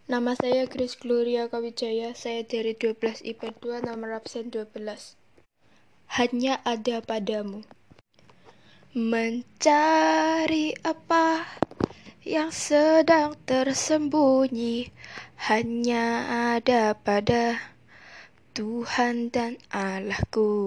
Nama saya Grace Gloria Kawijaya, saya dari 12 IPA 2, nomor absen 12. Hanya ada padamu. Mencari apa yang sedang tersembunyi, hanya ada pada Tuhan dan Allahku.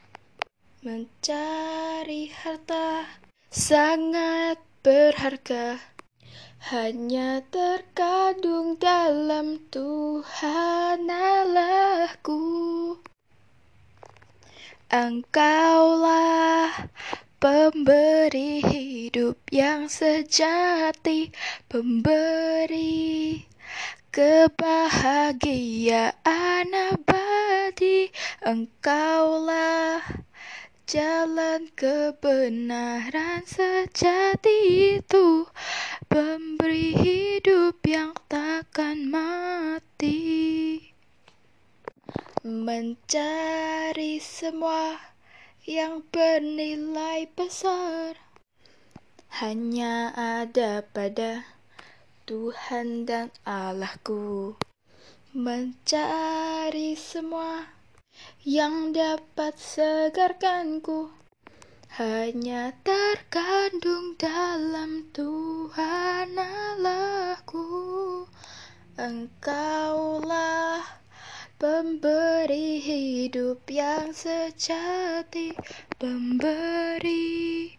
Mencari harta sangat berharga, hanya terkandung dalam Tuhan Allahku. Engkaulah pemberi hidup yang sejati, pemberi kebahagiaan abadi. Engkaulah jalan kebenaran sejati itu, pemberi hidup yang takkan mati. Mencari semua yang bernilai besar, hanya ada pada Tuhan dan Allahku. Mencari semua yang dapat segarkanku, hanya terkandung dalam Tuhan Allahku. Engkaulah pemberi hidup yang sejati, pemberi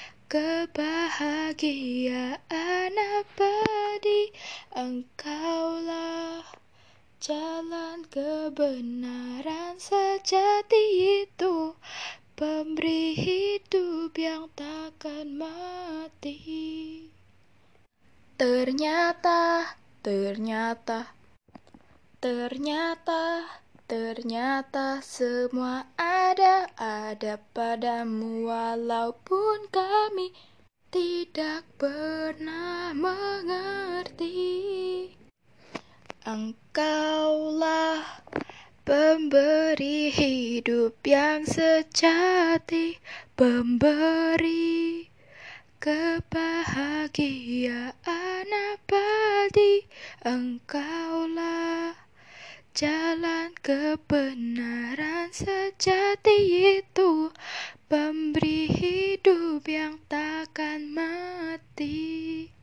kebahagiaan abadi. Engkaulah jalan kebenaran sejati itu, pemberi hidup yang takkan mati. Ternyata semua ada padamu, walaupun kami tidak pernah mengerti. Engkaulah pemberi hidup yang sejati, pemberi kebahagiaan abadi. Engkaulah jalan kebenaran sejati itu, pemberi hidup yang takkan mati.